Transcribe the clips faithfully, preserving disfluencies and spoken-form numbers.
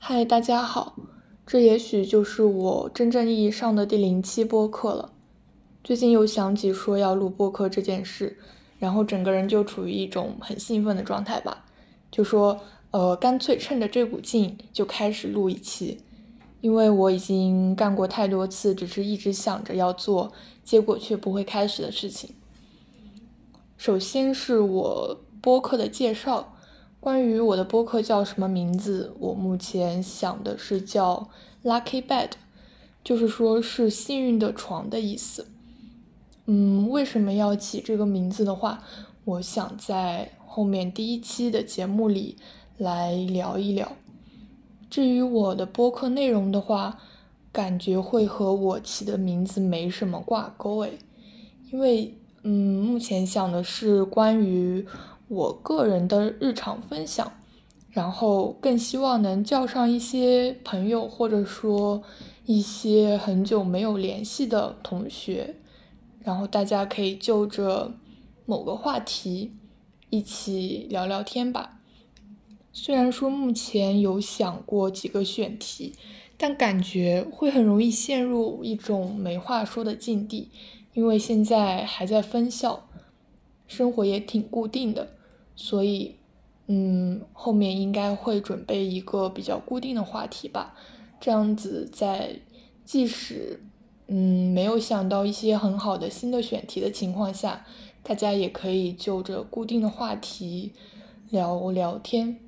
嗨，大家好，这也许就是我真正意义上的第零期播客了。最近又想起说要录播客这件事，然后整个人就处于一种很兴奋的状态吧，就说呃，干脆趁着这股劲就开始录一期，因为我已经干过太多次，只是一直想着要做，结果却不会开始的事情。首先是我播客的介绍。关于我的播客叫什么名字，我目前想的是叫 Lucky Bed， 就是说是幸运的床的意思。嗯，为什么要起这个名字的话，我想在后面第一期的节目里来聊一聊。至于我的播客内容的话，感觉会和我起的名字没什么挂钩诶，因为嗯，目前想的是关于我个人的日常分享，然后更希望能叫上一些朋友，或者说一些很久没有联系的同学，然后大家可以就着某个话题一起聊聊天吧。虽然说目前有想过几个选题，但感觉会很容易陷入一种没话说的境地，因为现在还在分校，生活也挺固定的，所以嗯，后面应该会准备一个比较固定的话题吧，这样子在即使嗯没有想到一些很好的新的选题的情况下，大家也可以就着固定的话题聊聊天。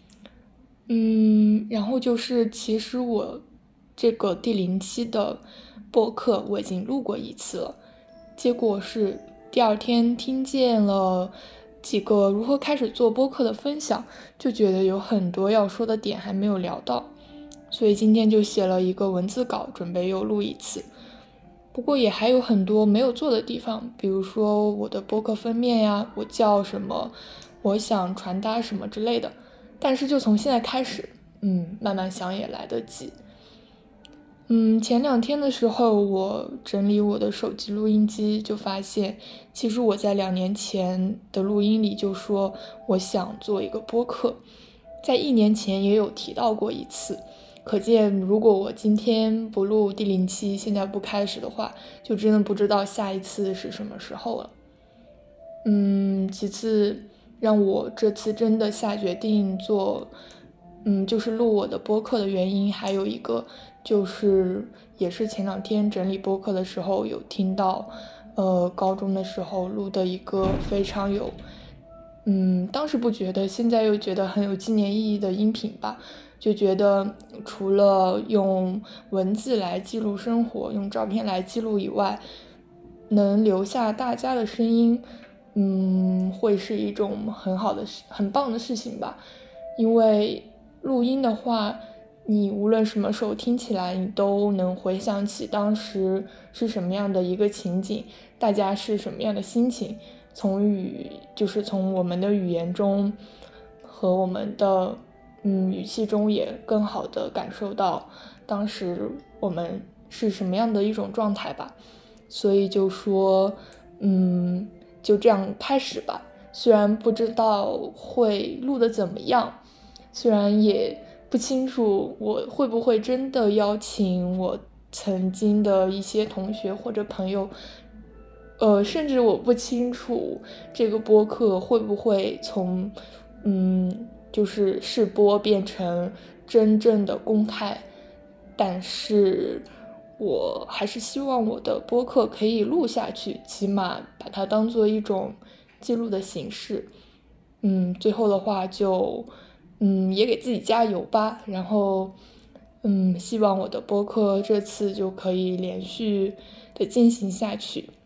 嗯，然后就是其实我这个第零期的播客我已经录过一次了，结果是第二天听见了几个如何开始做播客的分享，就觉得有很多要说的点还没有聊到，所以今天就写了一个文字稿，准备又录一次。不过也还有很多没有做的地方，比如说我的播客封面呀，我叫什么，我想传达什么之类的。但是就从现在开始，嗯，慢慢想也来得及。嗯，前两天的时候，我整理我的手机录音机，就发现，其实我在两年前的录音里就说我想做一个播客，在一年前也有提到过一次。可见，如果我今天不录第零期，现在不开始的话，就真的不知道下一次是什么时候了。嗯，其次让我这次真的下决定做，嗯，就是录我的播客的原因，还有一个就是也是前两天整理播客的时候有听到，呃，高中的时候录的一个非常有，嗯，当时不觉得，现在又觉得很有纪念意义的音频吧。就觉得除了用文字来记录生活，用照片来记录以外，能留下大家的声音，嗯，会是一种很好的事，很棒的事情吧。因为录音的话，你无论什么时候听起来，你都能回想起当时是什么样的一个情景，大家是什么样的心情，从语就是从我们的语言中和我们的嗯语气中也更好的感受到当时我们是什么样的一种状态吧。所以就说嗯就这样开始吧，虽然不知道会录得怎么样，虽然也不清楚我会不会真的邀请我曾经的一些同学或者朋友，呃，甚至我不清楚这个播客会不会从嗯就是试播变成真正的公开，但是我还是希望我的播客可以录下去，起码把它当做一种记录的形式。嗯，最后的话就嗯也给自己加油吧，然后嗯希望我的播客这次就可以连续的进行下去。